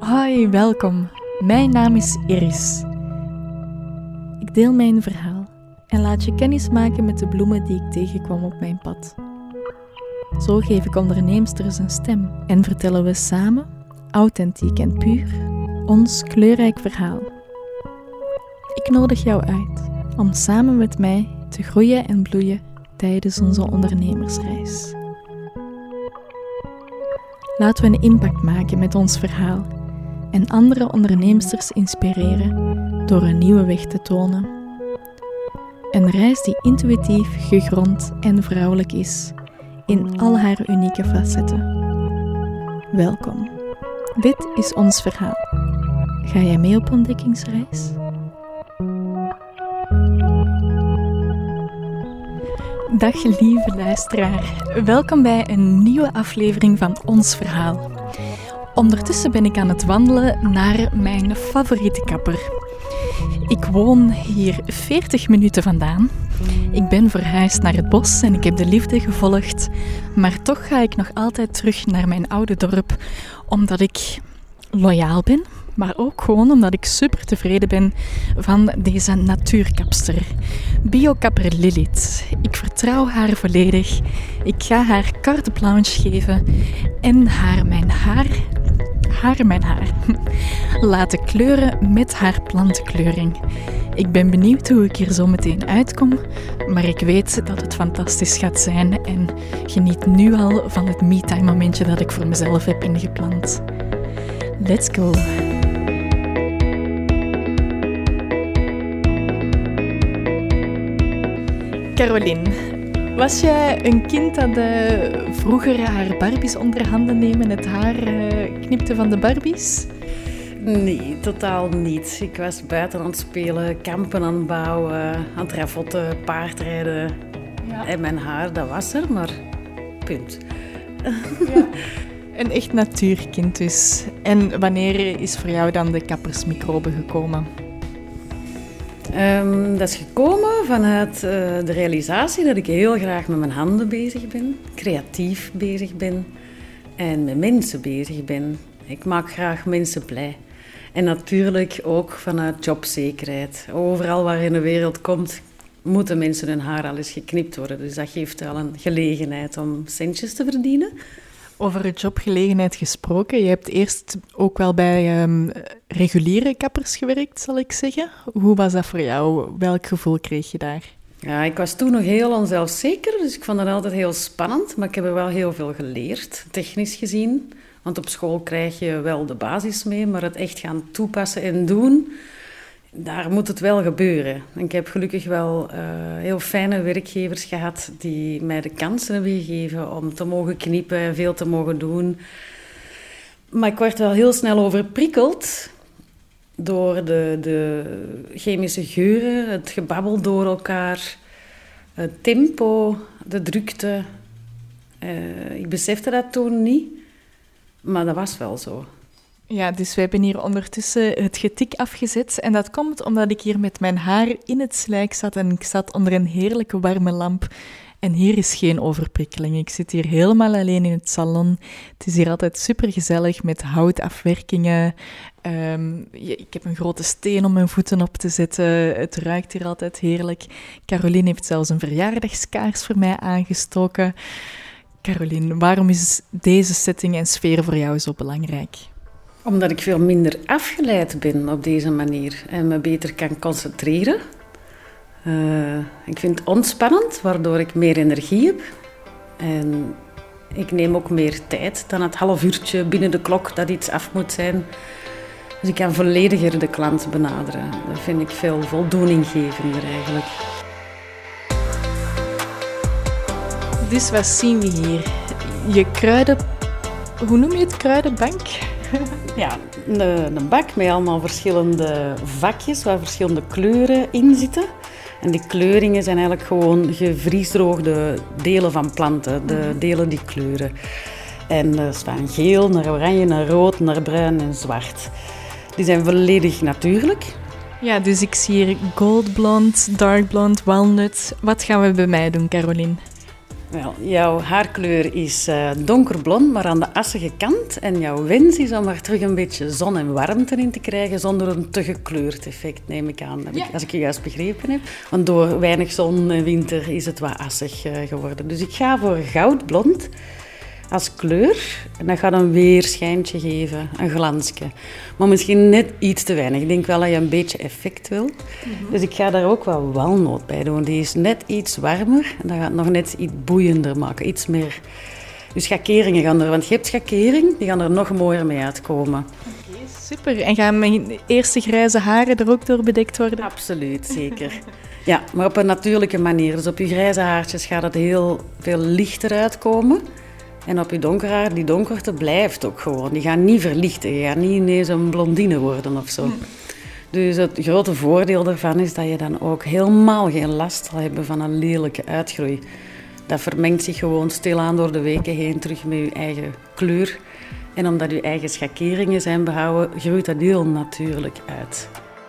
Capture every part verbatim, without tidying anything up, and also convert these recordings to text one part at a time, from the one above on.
Hoi, welkom. Mijn naam is Iris. Ik deel mijn verhaal en laat je kennis maken met de bloemen die ik tegenkwam op mijn pad. Zo geef ik onderneemsters een stem en vertellen we samen, authentiek en puur, ons kleurrijk verhaal. Ik nodig jou uit om samen met mij te groeien en bloeien tijdens onze ondernemersreis. Laten we een impact maken met ons verhaal en andere onderneemsters inspireren door een nieuwe weg te tonen. Een reis die intuïtief, gegrond en vrouwelijk is, in al haar unieke facetten. Welkom. Dit is ons verhaal. Ga jij mee op ontdekkingsreis? Dag lieve luisteraar. Welkom bij een nieuwe aflevering van Ons Verhaal. Ondertussen ben ik aan het wandelen naar mijn favoriete kapper. Ik woon hier veertig minuten vandaan. Ik ben verhuisd naar het bos en ik heb de liefde gevolgd. Maar toch ga ik nog altijd terug naar mijn oude dorp, omdat ik loyaal ben, maar ook gewoon omdat ik super tevreden ben van deze natuurkapster. Biokapper Lilith. Ik vertrouw haar volledig. Ik ga haar carte blanche geven en haar mijn haar, haar mijn haar, laten kleuren met haar plantenkleuring. Ik ben benieuwd hoe ik hier zo meteen uitkom, maar ik weet dat het fantastisch gaat zijn en geniet nu al van het me-time momentje dat ik voor mezelf heb ingepland. Let's go! Caroline, was jij een kind dat uh, vroeger haar Barbies onder handen nemen, het haar uh, knipte van de Barbies? Nee, totaal niet. Ik was buiten aan het spelen, kampen aan het bouwen, aan het ravotten, paardrijden. Ja. En mijn haar, dat was er, maar punt. Ja. Een echt natuurkind dus. En wanneer is voor jou dan de kappersmicrobe gekomen? Um, dat is gekomen vanuit uh, de realisatie dat ik heel graag met mijn handen bezig ben, creatief bezig ben en met mensen bezig ben. Ik maak graag mensen blij. En natuurlijk ook vanuit jobzekerheid. Overal waar je in de wereld komt, moeten mensen hun haar al eens geknipt worden. Dus dat geeft wel een gelegenheid om centjes te verdienen. Over jobgelegenheid gesproken, je hebt eerst ook wel bij um, reguliere kappers gewerkt, zal ik zeggen. Hoe was dat voor jou? Welk gevoel kreeg je daar? Ja, ik was toen nog heel onzelfzeker, dus ik vond dat altijd heel spannend. Maar ik heb er wel heel veel geleerd, technisch gezien. Want op school krijg je wel de basis mee, maar het echt gaan toepassen en doen, daar moet het wel gebeuren. En ik heb gelukkig wel uh, heel fijne werkgevers gehad die mij de kansen hebben gegeven om te mogen knippen en veel te mogen doen. Maar ik werd wel heel snel overprikkeld door de, de chemische geuren, het gebabbel door elkaar, het tempo, de drukte. Uh, ik besefte dat toen niet, maar dat was wel zo. Ja, dus we hebben hier ondertussen het getik afgezet. En dat komt omdat ik hier met mijn haar in het slijk zat en ik zat onder een heerlijke warme lamp. En hier is geen overprikkeling. Ik zit hier helemaal alleen in het salon. Het is hier altijd supergezellig met houtafwerkingen. Um, ik heb een grote steen om mijn voeten op te zetten. Het ruikt hier altijd heerlijk. Caroline heeft zelfs een verjaardagskaars voor mij aangestoken. Caroline, waarom is deze setting en sfeer voor jou zo belangrijk? Omdat ik veel minder afgeleid ben op deze manier en me beter kan concentreren. Uh, ik vind het ontspannend, waardoor ik meer energie heb. En ik neem ook meer tijd dan het half uurtje binnen de klok dat iets af moet zijn. Dus ik kan vollediger de klant benaderen. Dat vind ik veel voldoeninggevender eigenlijk. Dus wat zien we hier? Je kruiden... Hoe noem je het? Kruidenbank? Ja, een, een bak met allemaal verschillende vakjes waar verschillende kleuren in zitten. En die kleuringen zijn eigenlijk gewoon gevriesdroogde delen van planten, de delen die kleuren. En er staan geel, naar oranje, naar rood, naar bruin en zwart. Die zijn volledig natuurlijk. Ja, dus ik zie hier gold blond, dark blond, walnut. Wat gaan we bij mij doen, Caroline? Wel, jouw haarkleur is uh, donkerblond, maar aan de assige kant. En jouw wens is om er terug een beetje zon en warmte in te krijgen, zonder een te gekleurd effect, neem ik aan, heb ja. ik, als ik je juist begrepen heb. Want door weinig zon en winter is het wat assig uh, geworden. Dus ik ga voor goudblond als kleur. En dat gaat een weerschijntje geven, een glansje. Maar misschien net iets te weinig. Ik denk wel dat je een beetje effect wil. Mm-hmm. Dus ik ga daar ook wel walnoot bij doen. Die is net iets warmer en dat gaat nog net iets boeiender maken. Iets meer. Dus schakeringen gaan er, want je hebt schakering, die gaan er nog mooier mee uitkomen. Okay, super. En gaan mijn eerste grijze haren er ook door bedekt worden? Absoluut, zeker. Ja, maar op een natuurlijke manier. Dus op je grijze haartjes gaat het heel veel lichter uitkomen. En op je donker haar, die donkerte blijft ook gewoon. Die gaat niet verlichten. Je gaat niet ineens een blondine worden of zo. Dus het grote voordeel daarvan is dat je dan ook helemaal geen last zal hebben van een lelijke uitgroei. Dat vermengt zich gewoon stilaan door de weken heen terug met je eigen kleur. En omdat je eigen schakeringen zijn behouden, groeit dat heel natuurlijk uit.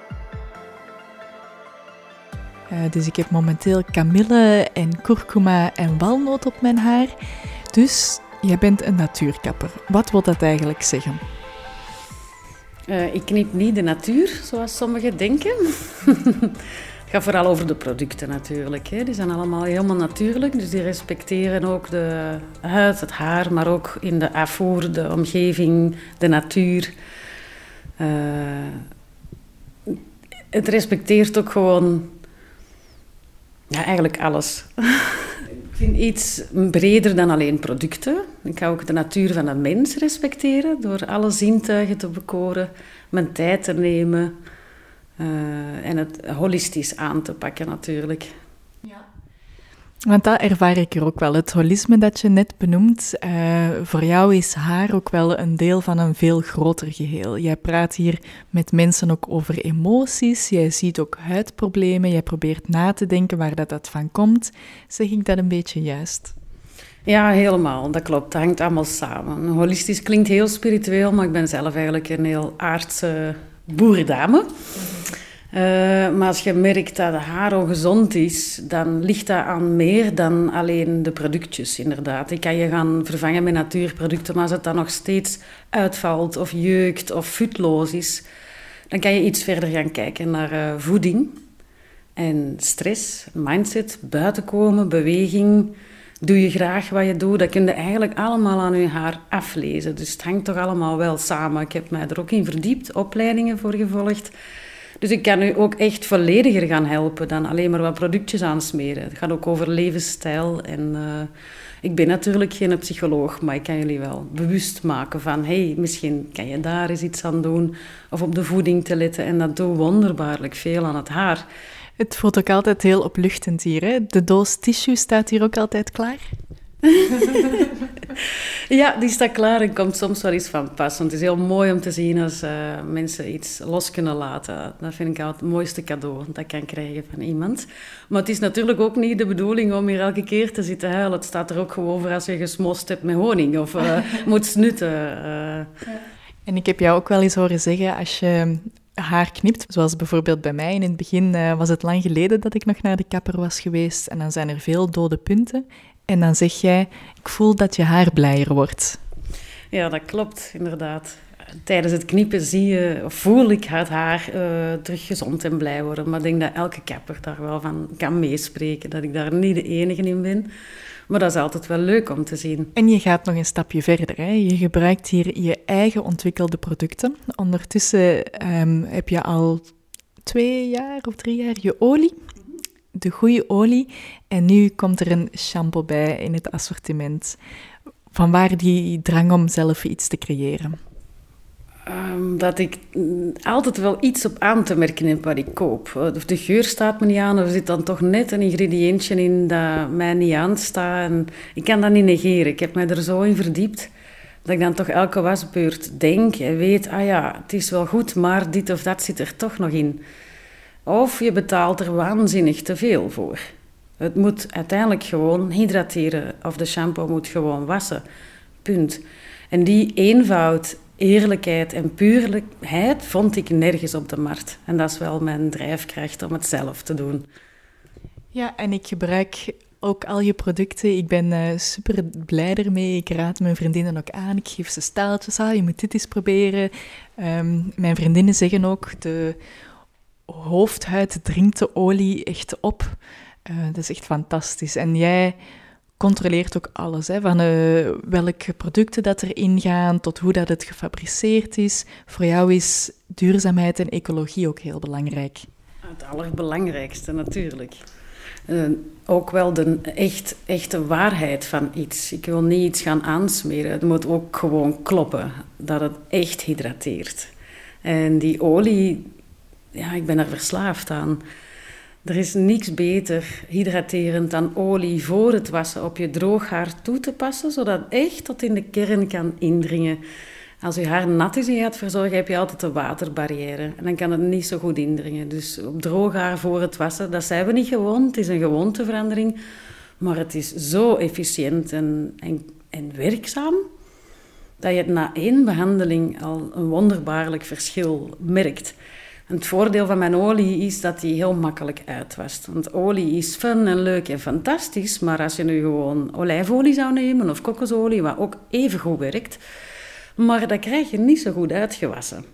Uh, dus ik heb momenteel kamille en kurkuma en walnoot op mijn haar. Dus jij bent een natuurkapper. Wat wil dat eigenlijk zeggen? Uh, ik knip niet de natuur, zoals sommigen denken. Het gaat vooral over de producten natuurlijk. Hè. Die zijn allemaal helemaal natuurlijk. Dus die respecteren ook de huid, het haar, maar ook in de afvoer, de omgeving, de natuur. Uh, het respecteert ook gewoon ja, eigenlijk alles. Ik vind iets breder dan alleen producten. Ik ga ook de natuur van de mens respecteren door alle zintuigen te bekoren, mijn tijd te nemen uh, en het holistisch aan te pakken natuurlijk. Ja. Want dat ervaar ik er ook wel. Het holisme dat je net benoemt, uh, voor jou is haar ook wel een deel van een veel groter geheel. Jij praat hier met mensen ook over emoties, jij ziet ook huidproblemen, jij probeert na te denken waar dat, dat van komt. Zeg ik dat een beetje juist? Ja, helemaal. Dat klopt. Dat hangt allemaal samen. Holistisch klinkt heel spiritueel, maar ik ben zelf eigenlijk een heel aardse boerendame. Mm-hmm. Uh, maar als je merkt dat haar ongezond is, dan ligt dat aan meer dan alleen de productjes, inderdaad. Ik kan je gaan vervangen met natuurproducten, maar als het dan nog steeds uitvalt of jeukt of futloos is, dan kan je iets verder gaan kijken naar uh, voeding en stress, mindset, buitenkomen, beweging. Doe je graag wat je doet, dat kun je eigenlijk allemaal aan je haar aflezen. Dus het hangt toch allemaal wel samen. Ik heb mij er ook in verdiept, opleidingen voor gevolgd. Dus ik kan u ook echt vollediger gaan helpen dan alleen maar wat productjes aansmeren. Het gaat ook over levensstijl. En uh, ik ben natuurlijk geen psycholoog, maar ik kan jullie wel bewust maken van hey, misschien kan je daar eens iets aan doen. Of op de voeding te letten. En dat doet wonderbaarlijk veel aan het haar. Het voelt ook altijd heel opluchtend hier, hè? De doos tissue staat hier ook altijd klaar? Ja, die staat klaar en komt soms wel eens van pas. Want het is heel mooi om te zien als uh, mensen iets los kunnen laten. Dat vind ik altijd het mooiste cadeau dat ik kan krijgen van iemand. Maar het is natuurlijk ook niet de bedoeling om hier elke keer te zitten huilen. Het staat er ook gewoon voor als je gesmost hebt met honing of uh, moet snutten. Uh. Ja. En ik heb jou ook wel eens horen zeggen, als je haar knipt, zoals bijvoorbeeld bij mij in het begin, uh, was het lang geleden dat ik nog naar de kapper was geweest. En dan zijn er veel dode punten. En dan zeg jij, ik voel dat je haar blijer wordt. Ja, dat klopt, inderdaad. Tijdens het knippen zie je, of voel ik het haar uh, terug gezond en blij worden. Maar ik denk dat elke kapper daar wel van kan meespreken, dat ik daar niet de enige in ben. Maar dat is altijd wel leuk om te zien. En je gaat nog een stapje verder. Hè? Je gebruikt hier je eigen ontwikkelde producten. Ondertussen um, heb je al twee jaar of drie jaar je olie. De goede olie. En nu komt er een shampoo bij in het assortiment. Vanwaar die drang om zelf iets te creëren? Um, dat ik altijd wel iets op aan te merken heb wat ik koop. Of de geur staat me niet aan, of er zit dan toch net een ingrediëntje in dat mij niet aanstaat. En ik kan dat niet negeren. Ik heb mij er zo in verdiept dat ik dan toch elke wasbeurt denk en weet, ah ja, het is wel goed, maar dit of dat zit er toch nog in. Of je betaalt er waanzinnig te veel voor. Het moet uiteindelijk gewoon hydrateren of de shampoo moet gewoon wassen. Punt. En die eenvoud, eerlijkheid en puurlijkheid vond ik nergens op de markt. En dat is wel mijn drijfkracht om het zelf te doen. Ja, en ik gebruik ook al je producten. Ik ben uh, super blij ermee. Ik raad mijn vriendinnen ook aan. Ik geef ze staaltjes. Ah, je moet dit eens proberen. Um, mijn vriendinnen zeggen ook, de hoofdhuid dringt de olie echt op. Uh, dat is echt fantastisch. En jij controleert ook alles, hè, van uh, welke producten dat erin gaan, tot hoe dat het gefabriceerd is. Voor jou is duurzaamheid en ecologie ook heel belangrijk. Het allerbelangrijkste natuurlijk. Uh, ook wel de echt, echte waarheid van iets. Ik wil niet iets gaan aansmeren. Het moet ook gewoon kloppen, dat het echt hydrateert. En die olie, ja, ik ben er verslaafd aan. Er is niks beter hydraterend dan olie voor het wassen op je droog haar toe te passen, zodat het echt tot in de kern kan indringen. Als je haar nat is en je gaat verzorgen, heb je altijd een waterbarrière. En dan kan het niet zo goed indringen. Dus op droog haar voor het wassen, dat zijn we niet gewoon. Het is een gewoonteverandering. Maar het is zo efficiënt en, en, en werkzaam, dat je het na één behandeling al een wonderbaarlijk verschil merkt. En het voordeel van mijn olie is dat die heel makkelijk uitwast. Want olie is fun en leuk en fantastisch. Maar als je nu gewoon olijfolie zou nemen of kokosolie, wat ook even goed werkt, maar dat krijg je niet zo goed uitgewassen.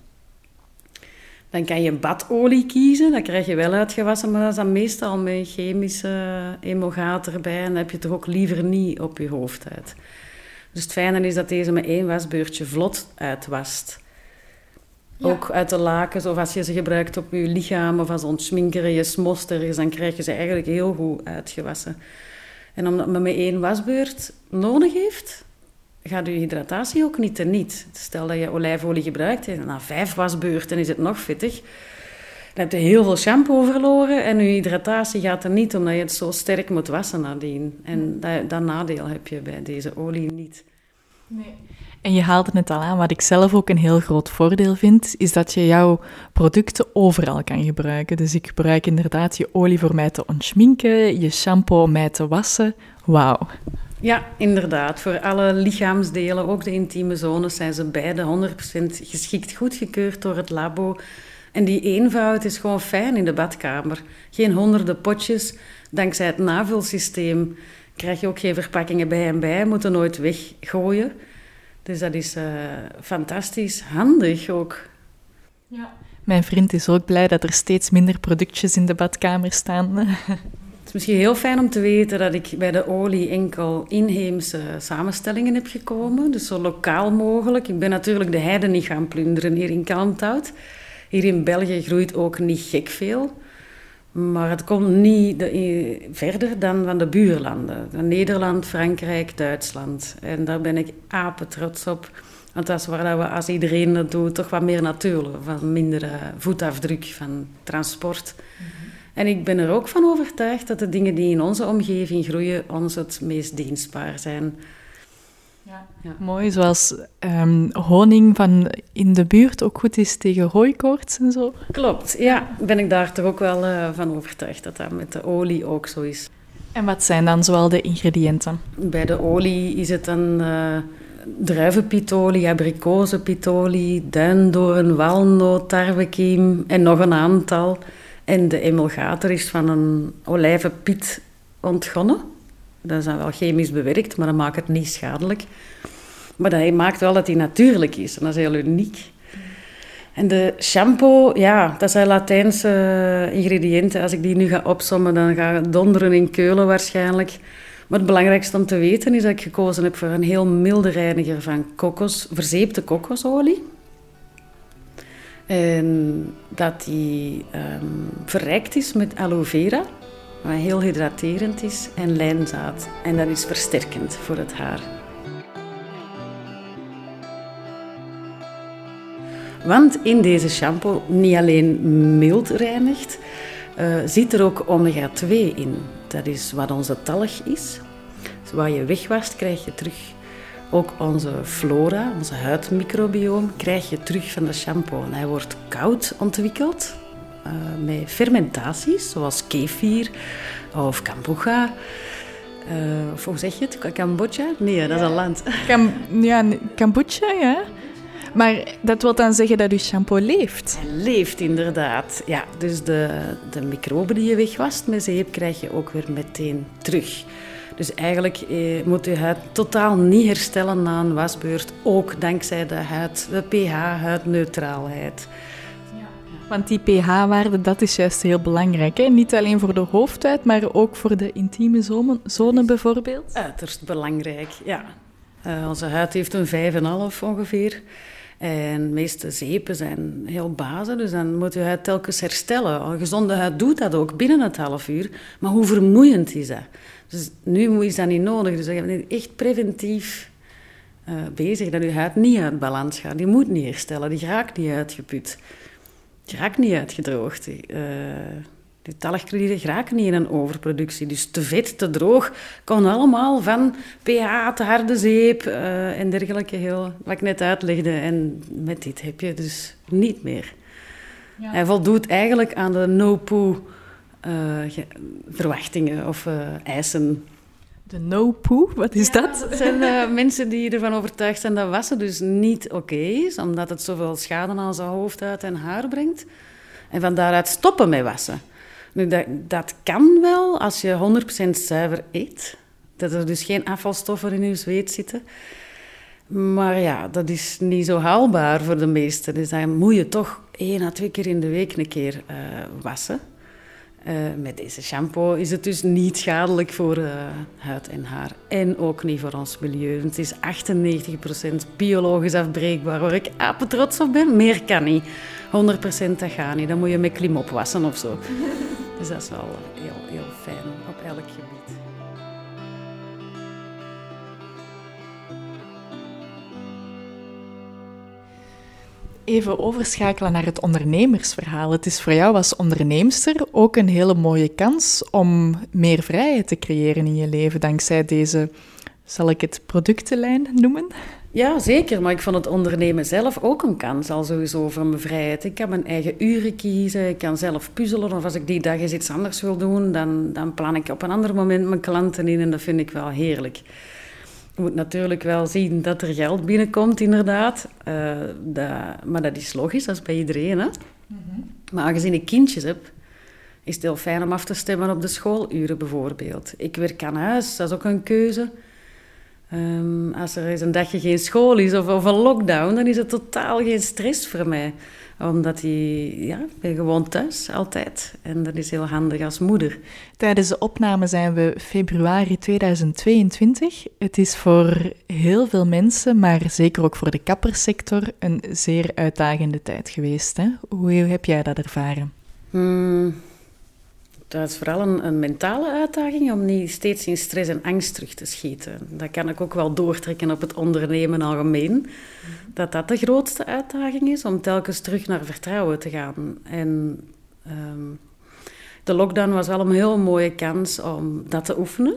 Dan kan je badolie kiezen, dat krijg je wel uitgewassen, maar dat is dan meestal met een chemische emulgaat erbij. En dan heb je het toch ook liever niet op je hoofdhuid. Dus het fijne is dat deze met één wasbeurtje vlot uitwast. Ja. Ook uit de lakens, of als je ze gebruikt op je lichaam, of als ontsminkeren, je smost ergens, dan krijg je ze eigenlijk heel goed uitgewassen. En omdat men met één wasbeurt nodig heeft, gaat je hydratatie ook niet teniet. Stel dat je olijfolie gebruikt en na vijf wasbeurten is het nog vettig. Dan heb je heel veel shampoo verloren en je hydratatie gaat er niet omdat je het zo sterk moet wassen nadien. En dat, dat nadeel heb je bij deze olie niet. Nee. En je haalde het al aan, wat ik zelf ook een heel groot voordeel vind, is dat je jouw producten overal kan gebruiken. Dus ik gebruik inderdaad je olie voor mij te ontschminken, je shampoo om mij te wassen. Wauw. Ja, inderdaad. Voor alle lichaamsdelen, ook de intieme zones, zijn ze beide honderd procent geschikt, goedgekeurd door het labo. En die eenvoud is gewoon fijn in de badkamer. Geen honderden potjes. Dankzij het navulsysteem krijg je ook geen verpakkingen bij en bij, moeten nooit weggooien. Dus dat is uh, fantastisch, handig ook. Ja. Mijn vriend is ook blij dat er steeds minder productjes in de badkamer staan. Het is misschien heel fijn om te weten dat ik bij de olie enkel inheemse samenstellingen heb gekomen. Dus zo lokaal mogelijk. Ik ben natuurlijk de heide niet gaan plunderen hier in Kalmthout. Hier in België groeit ook niet gek veel. Maar het komt niet de, verder dan van de buurlanden. Nederland, Frankrijk, Duitsland. En daar ben ik apen trots op. Want dat is waar we, als iedereen dat doet, toch wat meer natuurlijk. Van minder uh, voetafdruk van transport. Mm-hmm. En ik ben er ook van overtuigd dat de dingen die in onze omgeving groeien ons het meest dienstbaar zijn. Ja. Ja. Mooi, zoals um, honing van in de buurt ook goed is tegen hooikoorts en zo. Klopt, ja. Ben ik daar toch ook wel uh, van overtuigd dat dat met de olie ook zo is. En wat zijn dan zoal de ingrediënten? Bij de olie is het een uh, druivenpitolie, abrikozenpitolie, duindoorn, walnoot, tarwekiem en nog een aantal. En de emulgator is van een olijvenpiet ontgonnen. Dat is dan wel chemisch bewerkt, maar dat maakt het niet schadelijk. Maar dat maakt wel dat hij natuurlijk is. En dat is heel uniek. En de shampoo, ja, dat zijn Latijnse ingrediënten. Als ik die nu ga opsommen, dan ga ik donderen in keulen waarschijnlijk. Maar het belangrijkste om te weten is dat ik gekozen heb voor een heel milde reiniger van kokos, verzeepte kokosolie. En dat die um, verrijkt is met aloe vera, wat heel hydraterend is, en lijnzaad. En dat is versterkend voor het haar. Want in deze shampoo niet alleen mild reinigt, uh, zit er ook omega twee in. Dat is wat onze talg is. Dus wat je wegwast, krijg je terug. Ook onze flora, onze huidmicrobioom, krijg je terug van de shampoo. En hij wordt koud ontwikkeld uh, met fermentaties, zoals kefir of kombucha. Uh, of hoe zeg je het? Cambodja? Nee, dat is een land. Cam- ja, kombucha, ja. Maar dat wil dan zeggen dat uw shampoo leeft? Hij leeft inderdaad. Ja, dus de, de microben die je wegwast met zeep krijg je ook weer meteen terug. Dus eigenlijk eh, moet je huid totaal niet herstellen na een wasbeurt. Ook dankzij de huid, de pH, huidneutraalheid. Want die pH-waarde, dat is juist heel belangrijk. Hè? Niet alleen voor de hoofdhuid, maar ook voor de intieme zone, zone bijvoorbeeld. Uiterst belangrijk, ja. Uh, onze huid heeft een vijf komma vijf ongeveer. En de meeste zeepen zijn heel bazen, dus dan moet je huid telkens herstellen. Een gezonde huid doet dat ook binnen het half uur. Maar hoe vermoeiend is dat? Dus nu is dat niet nodig. Dus je bent echt preventief uh, bezig dat je huid niet uit balans gaat. Die moet niet herstellen, die raakt niet uitgeput. Die raakt niet uitgedroogd. Uh, die talgklieren raken niet in een overproductie. Dus te vet, te droog, kan allemaal van pH, te harde zeep uh, en dergelijke, heel, wat ik net uitlegde. En met dit heb je dus niet meer. Ja. Hij voldoet eigenlijk aan de no-poo uh, verwachtingen of uh, eisen. De no-poo, wat is ja, dat? Dat zijn uh, mensen die ervan overtuigd zijn dat wassen dus niet oké okay is, omdat het zoveel schade aan zijn hoofdhuid en haar brengt. En van daaruit stoppen met wassen. Nu, dat, dat kan wel als je honderd procent zuiver eet. Dat er dus geen afvalstoffen in je zweet zitten. Maar ja, dat is niet zo haalbaar voor de meesten. Dus dan moet je toch één à twee keer in de week een keer uh, wassen. Uh, met deze shampoo is het dus niet schadelijk voor uh, huid en haar. En ook niet voor ons milieu. Het is achtennegentig procent biologisch afbreekbaar, waar ik apetrots op ben. Meer kan niet. honderd procent dat gaat niet. Dan moet je met klimop wassen of zo. Dus dat is wel heel, heel fijn op elk gebied. Even overschakelen naar het ondernemersverhaal. Het is voor jou als onderneemster ook een hele mooie kans om meer vrijheid te creëren in je leven, dankzij deze, zal ik het productenlijn noemen? Ja, zeker. Maar ik vond het ondernemen zelf ook een kans, al sowieso voor mijn vrijheid. Ik kan mijn eigen uren kiezen, ik kan zelf puzzelen. Of als ik die dag eens iets anders wil doen, dan, dan plan ik op een ander moment mijn klanten in en dat vind ik wel heerlijk. Je moet natuurlijk wel zien dat er geld binnenkomt, inderdaad. Uh, dat, maar dat is logisch, dat is bij iedereen. Hè? Mm-hmm. Maar aangezien ik kindjes heb, is het heel fijn om af te stemmen op de schooluren bijvoorbeeld. Ik werk aan huis, dat is ook een keuze. Um, als er eens een dagje geen school is of, of een lockdown, dan is het totaal geen stress voor mij. Omdat die, ja, ik ben gewoon thuis, altijd. En dat is heel handig als moeder. Tijdens de opname zijn we februari tweeduizend tweeëntwintig. Het is voor heel veel mensen, maar zeker ook voor de kappersector, een zeer uitdagende tijd geweest. Hè? Hoe heb jij dat ervaren? Hmm, dat is vooral een, een mentale uitdaging om niet steeds in stress en angst terug te schieten. Dat kan ik ook wel doortrekken op het ondernemen algemeen. Dat dat de grootste uitdaging is, om telkens terug naar vertrouwen te gaan. En um, de lockdown was wel een heel mooie kans om dat te oefenen.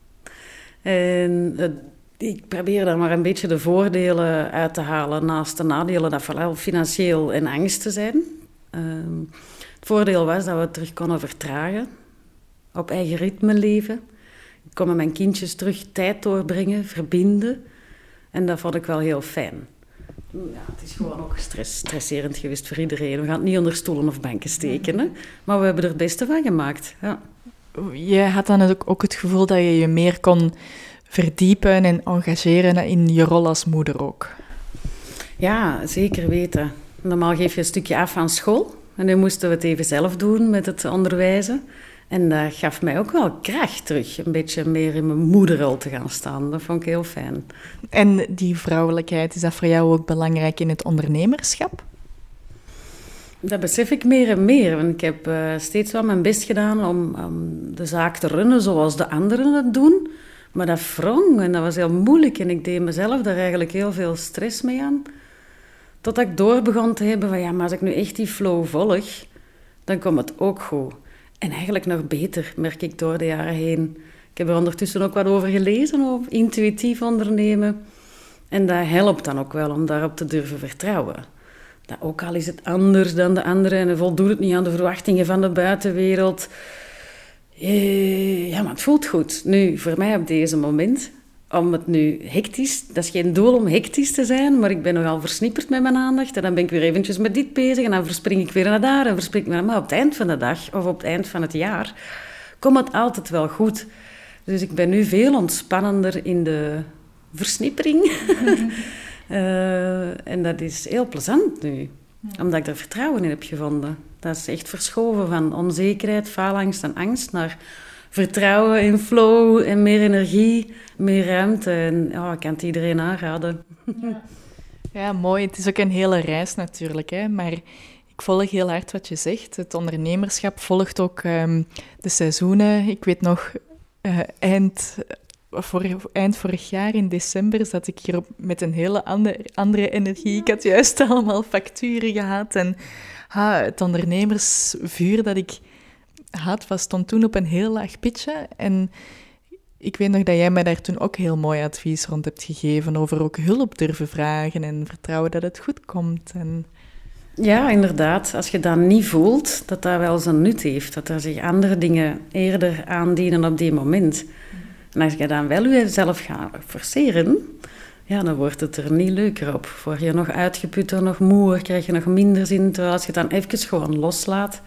En uh, ik probeer daar maar een beetje de voordelen uit te halen, naast de nadelen dat vooral financieel en angsten zijn. Um, het voordeel was dat we terug konden vertragen, op eigen ritme leven. Ik kon met mijn kindjes terug tijd doorbrengen, verbinden. En dat vond ik wel heel fijn. Ja, het is gewoon ook stress, stresserend geweest voor iedereen. We gaan het niet onder stoelen of banken steken, hè? Maar we hebben er het beste van gemaakt. Ja. Je had dan ook, ook het gevoel dat je je meer kon verdiepen en engageren in je rol als moeder ook. Ja, zeker weten. Normaal geef je een stukje af aan school. En nu moesten we het even zelf doen met het onderwijzen. En dat gaf mij ook wel kracht terug. Een beetje meer in mijn moederrol te gaan staan. Dat vond ik heel fijn. En die vrouwelijkheid, is dat voor jou ook belangrijk in het ondernemerschap? Dat besef ik meer en meer. Want ik heb uh, steeds wel mijn best gedaan om, om de zaak te runnen zoals de anderen het doen. Maar dat wrong en dat was heel moeilijk. En ik deed mezelf daar eigenlijk heel veel stress mee aan. Totdat ik door begon te hebben van ja, maar als ik nu echt die flow volg, dan komt het ook goed. En eigenlijk nog beter, merk ik door de jaren heen. Ik heb er ondertussen ook wat over gelezen, over intuïtief ondernemen. En dat helpt dan ook wel om daarop te durven vertrouwen. Dat ook al is het anders dan de anderen en voldoet het niet aan de verwachtingen van de buitenwereld. Ja, maar het voelt goed. Nu, voor mij op deze moment, om het nu hectisch... Dat is geen doel om hectisch te zijn, maar ik ben nogal versnipperd met mijn aandacht. En dan ben ik weer eventjes met dit bezig en dan verspring ik weer naar daar en verspring ik naar... Maar op het eind van de dag of op het eind van het jaar komt het altijd wel goed. Dus ik ben nu veel ontspannender in de versnippering. Mm-hmm. uh, en dat is heel plezant nu, omdat ik er vertrouwen in heb gevonden. Dat is echt verschoven van onzekerheid, faalangst en angst naar vertrouwen in flow en meer energie, meer ruimte. En ja, ik kan het iedereen aanraden. Ja. Ja, mooi. Het is ook een hele reis natuurlijk, hè. Maar ik volg heel hard wat je zegt. Het ondernemerschap volgt ook um, de seizoenen. Ik weet nog, uh, eind, vor, eind vorig jaar in december zat ik hier op, met een hele andere, andere energie. Ik had juist allemaal facturen gehad en ha, het ondernemersvuur dat ik had, was, stond toen op een heel laag pitje. En ik weet nog dat jij mij daar toen ook heel mooi advies rond hebt gegeven over ook hulp durven vragen en vertrouwen dat het goed komt. En... Ja, inderdaad. Als je dat niet voelt, dat dat wel zijn nut heeft. Dat er zich andere dingen eerder aandienen op die moment. En als je dan wel jezelf gaat forceren, ja, dan wordt het er niet leuker op. Word je nog uitgeputter, nog moer, krijg je nog minder zin. Terwijl als je het dan even gewoon loslaat,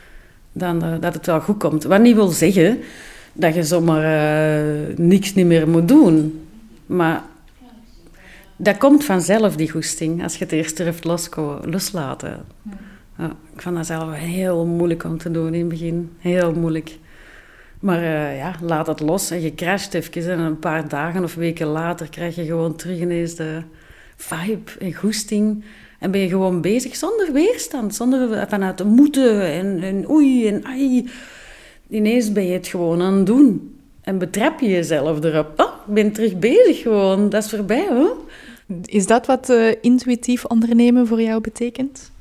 dan uh, dat het wel goed komt. Wat niet wil zeggen dat je zomaar uh, niks niet meer moet doen. Maar dat komt vanzelf, die goesting, als je het eerst durft losko- loslaten. Ja. Ja, ik vond dat zelf heel moeilijk om te doen in het begin. Heel moeilijk. Maar uh, ja, laat het los en je crasht even. En een paar dagen of weken later krijg je gewoon terug ineens de vibe en goesting. En ben je gewoon bezig zonder weerstand. Zonder vanuit te moeten en, en oei en ai. Ineens ben je het gewoon aan het doen. En betrap je jezelf erop. Oh, ik ben terug bezig gewoon. Dat is voorbij, hoor. Is dat wat uh, intuïtief ondernemen voor jou betekent?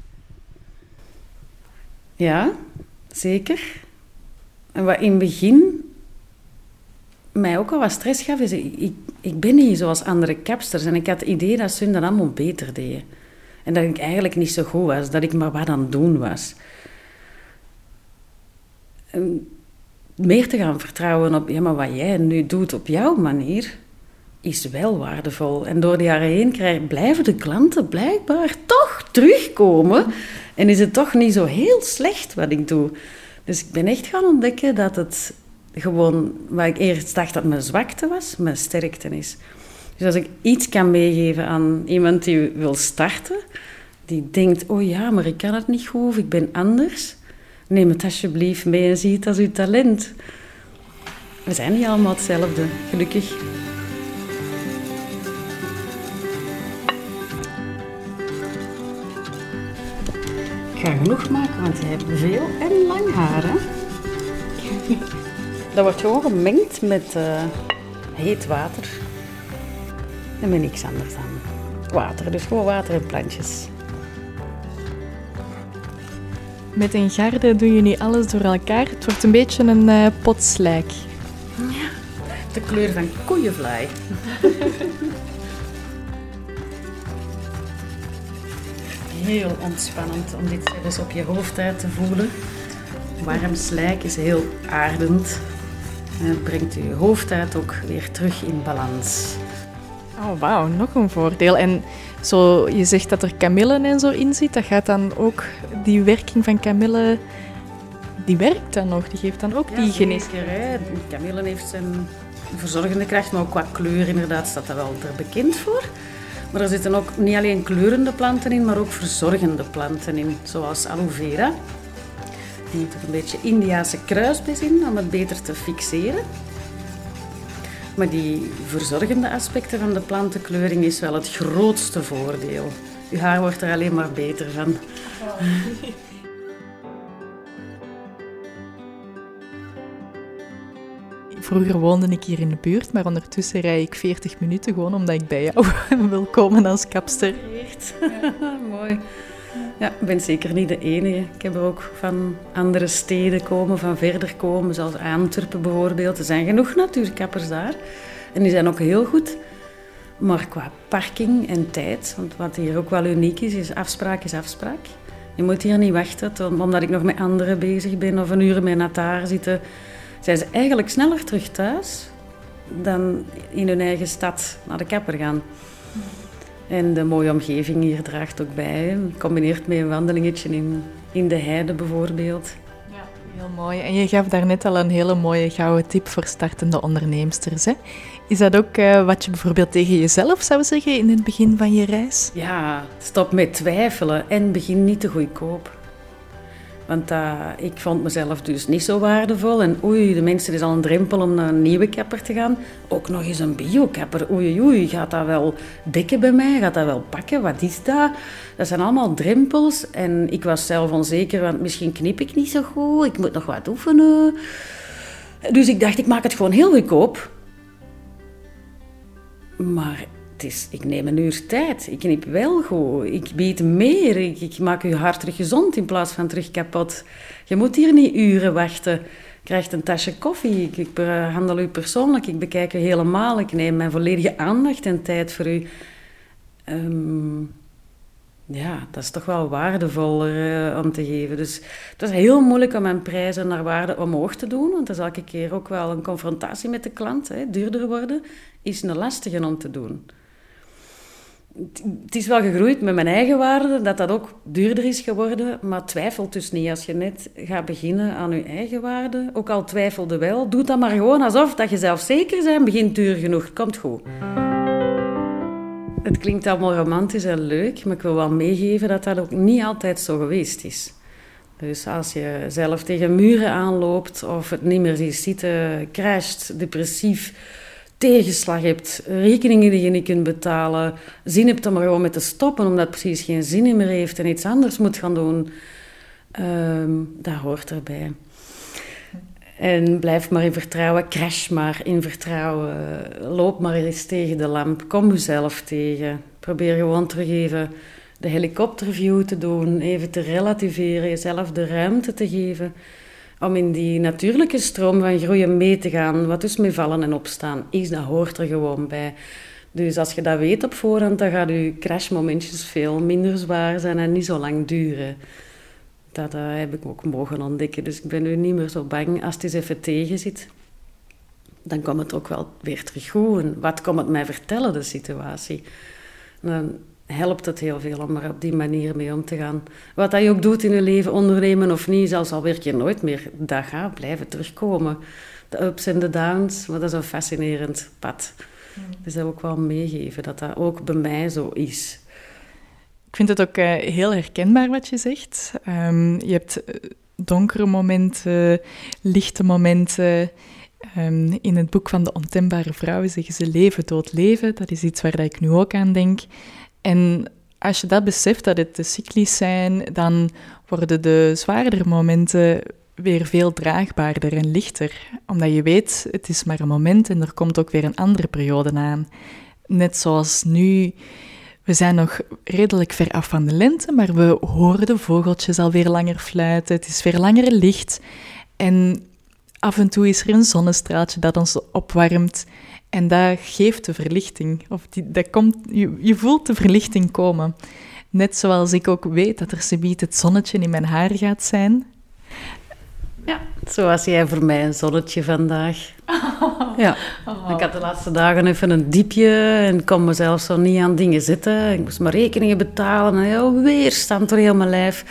Ja, zeker. En wat in het begin mij ook al wat stress gaf, is... Ik, ik ben niet zoals andere kapsters. En ik had het idee dat ze dat allemaal beter deden. En dat ik eigenlijk niet zo goed was. Dat ik maar wat aan het doen was. En meer te gaan vertrouwen op... Ja, maar wat jij nu doet op jouw manier... is wel waardevol. En door de jaren heen krijg, blijven de klanten blijkbaar toch terugkomen. En is het toch niet zo heel slecht wat ik doe. Dus ik ben echt gaan ontdekken dat het gewoon... Wat ik eerst dacht dat mijn zwakte was, mijn sterkte is. Dus als ik iets kan meegeven aan iemand die wil starten... die denkt, oh ja, maar ik kan het niet goed of ik ben anders... neem het alsjeblieft mee en zie het als uw talent. We zijn niet allemaal hetzelfde, gelukkig. Ik ga genoeg maken, want je hebt veel en lang haar, hè? Dat wordt gewoon gemengd met uh, heet water. En met niks anders dan water. Dus gewoon water en plantjes. Met een garde doe je niet alles door elkaar. Het wordt een beetje een uh, pot slijk. Ja, de kleur van koeienvlaai. Heel ontspannend om dit zelfs op je hoofd uit te voelen. Warm slijk is heel aardend. En het brengt je hoofdhuid ook weer terug in balans. Oh, wauw, nog een voordeel. En zo, je zegt dat er kamille en zo in zit. Dat gaat dan ook, die werking van kamille, die werkt dan nog. Die geeft dan ook ja, die geneeskracht. Kamille heeft zijn verzorgende kracht, maar ook qua kleur inderdaad staat dat wel er bekend voor. Maar er zitten ook niet alleen kleurende planten in, maar ook verzorgende planten in, zoals aloe vera. Die heeft een beetje Indiase kruisbes in om het beter te fixeren. Maar die verzorgende aspecten van de plantenkleuring is wel het grootste voordeel. Je haar wordt er alleen maar beter van. Oh. Vroeger woonde ik hier in de buurt, maar ondertussen rij ik veertig minuten gewoon omdat ik bij jou wil komen als kapster. Ja. Mooi. Ja, ik ben zeker niet de enige. Ik heb er ook van andere steden komen, van verder komen, zoals Antwerpen bijvoorbeeld. Er zijn genoeg natuurkappers daar. En die zijn ook heel goed. Maar qua parking en tijd, want wat hier ook wel uniek is, is afspraak is afspraak. Je moet hier niet wachten, omdat ik nog met anderen bezig ben of een uur met Nataar zitten. Zijn ze eigenlijk sneller terug thuis dan in hun eigen stad naar de kapper gaan. En de mooie omgeving hier draagt ook bij. Combineert met een wandelingetje in, in de heide bijvoorbeeld. Ja, heel mooi. En je gaf daarnet al een hele mooie gouden tip voor startende onderneemsters, hè? Is dat ook uh, wat je bijvoorbeeld tegen jezelf zou zeggen in het begin van je reis? Ja, stop met twijfelen en begin niet te goedkoop. Want uh, ik vond mezelf dus niet zo waardevol. En oei, de mensen is al een drempel om naar een nieuwe kapper te gaan. Ook nog eens een biokapper. Oei, oei, gaat dat wel dekken bij mij? Gaat dat wel pakken? Wat is dat? Dat zijn allemaal drempels. En ik was zelf onzeker, want misschien knip ik niet zo goed. Ik moet nog wat oefenen. Dus ik dacht, ik maak het gewoon heel goedkoop. Maar het is, ik neem een uur tijd. Ik knip wel goed. Ik bied meer. Ik, ik maak je haar terug gezond in plaats van terug kapot. Je moet hier niet uren wachten. Je krijgt een tasje koffie. Ik, ik behandel u persoonlijk. Ik bekijk u helemaal. Ik neem mijn volledige aandacht en tijd voor u. Um, ja, dat is toch wel waardevoller uh, om te geven. Dus het is heel moeilijk om mijn prijzen naar waarde omhoog te doen. Want dat is elke keer ook wel een confrontatie met de klant. Hè. Duurder worden is een lastige om te doen. Het is wel gegroeid met mijn eigen waarde, dat dat ook duurder is geworden. Maar twijfel dus niet als je net gaat beginnen aan je eigen waarde. Ook al twijfelde wel, doe dat maar gewoon alsof dat je zelfzeker bent. Begint duur genoeg, komt goed. Het klinkt allemaal romantisch en leuk, maar ik wil wel meegeven dat dat ook niet altijd zo geweest is. Dus als je zelf tegen muren aanloopt of het niet meer ziet zitten, crasht, depressief, tegenslag hebt, rekeningen die je niet kunt betalen, zin hebt om er gewoon mee te stoppen omdat het precies geen zin meer heeft en iets anders moet gaan doen, um, dat hoort erbij. En blijf maar in vertrouwen, crash maar in vertrouwen, loop maar eens tegen de lamp, kom jezelf tegen. Probeer gewoon terug even de helikopterview te doen, even te relativeren, jezelf de ruimte te geven om in die natuurlijke stroom van groeien mee te gaan. Wat dus met vallen en opstaan is, dat hoort er gewoon bij. Dus als je dat weet op voorhand, dan gaan je crashmomentjes veel minder zwaar zijn en niet zo lang duren. Dat uh, heb ik ook mogen ontdekken. Dus ik ben nu niet meer zo bang als het eens even tegen zit. Dan komt het ook wel weer terug goed. En wat komt het mij vertellen, de situatie? Dan helpt het heel veel om er op die manier mee om te gaan. Wat dat je ook doet in je leven, ondernemen of niet, zelfs al werk je nooit meer, dat gaat blijven terugkomen. De ups en de downs, maar dat is een fascinerend pad. Mm. Dus dat wil ik wel meegeven, dat dat ook bij mij zo is. Ik vind het ook uh, heel herkenbaar wat je zegt. Um, je hebt donkere momenten, lichte momenten. Um, in het boek van De Ontembare Vrouwen zeggen ze leven, dood, leven. Dat is iets waar dat ik nu ook aan denk. En als je dat beseft, dat het de cyclies zijn, dan worden de zwaardere momenten weer veel draagbaarder en lichter. Omdat je weet, het is maar een moment en er komt ook weer een andere periode aan. Net zoals nu, we zijn nog redelijk ver af van de lente, maar we horen de vogeltjes alweer langer fluiten. Het is weer langer licht. En af en toe is er een zonnestraaltje dat ons opwarmt. En dat geeft de verlichting. Of die, dat komt, je, je voelt de verlichting komen. Net zoals ik ook weet dat er subiet het zonnetje in mijn haar gaat zijn. Ja, zoals jij voor mij een zonnetje vandaag. Oh. Ja. Oh. Ik had de laatste dagen even een diepje en kon mezelf zo niet aan dingen zitten. Ik moest maar rekeningen betalen en heel weerstand door heel mijn lijf.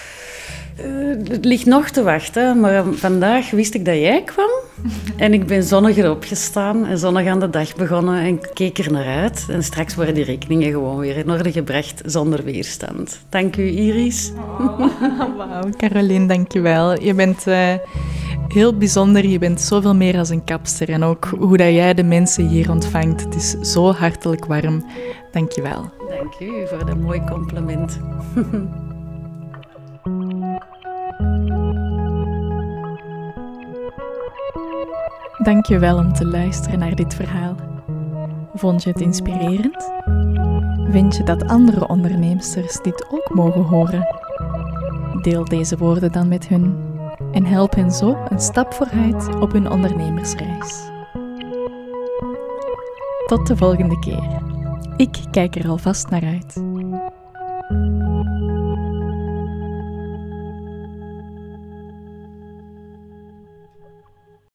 Uh, het ligt nog te wachten, maar vandaag wist ik dat jij kwam. En ik ben zonniger opgestaan en zonnig aan de dag begonnen en keek er naar uit. En straks worden die rekeningen gewoon weer in orde gebracht zonder weerstand. Dank u, Iris. Oh, wauw, Caroline, dank je wel. Je bent uh, heel bijzonder, je bent zoveel meer als een kapster. En ook hoe dat jij de mensen hier ontvangt, het is zo hartelijk warm. Dank je wel. Dank u voor dat mooie compliment. Dank je wel om te luisteren naar dit verhaal. Vond je het inspirerend? Vind je dat andere onderneemsters dit ook mogen horen? Deel deze woorden dan met hun en help hen zo een stap vooruit op hun ondernemersreis. Tot de volgende keer. Ik kijk er alvast naar uit.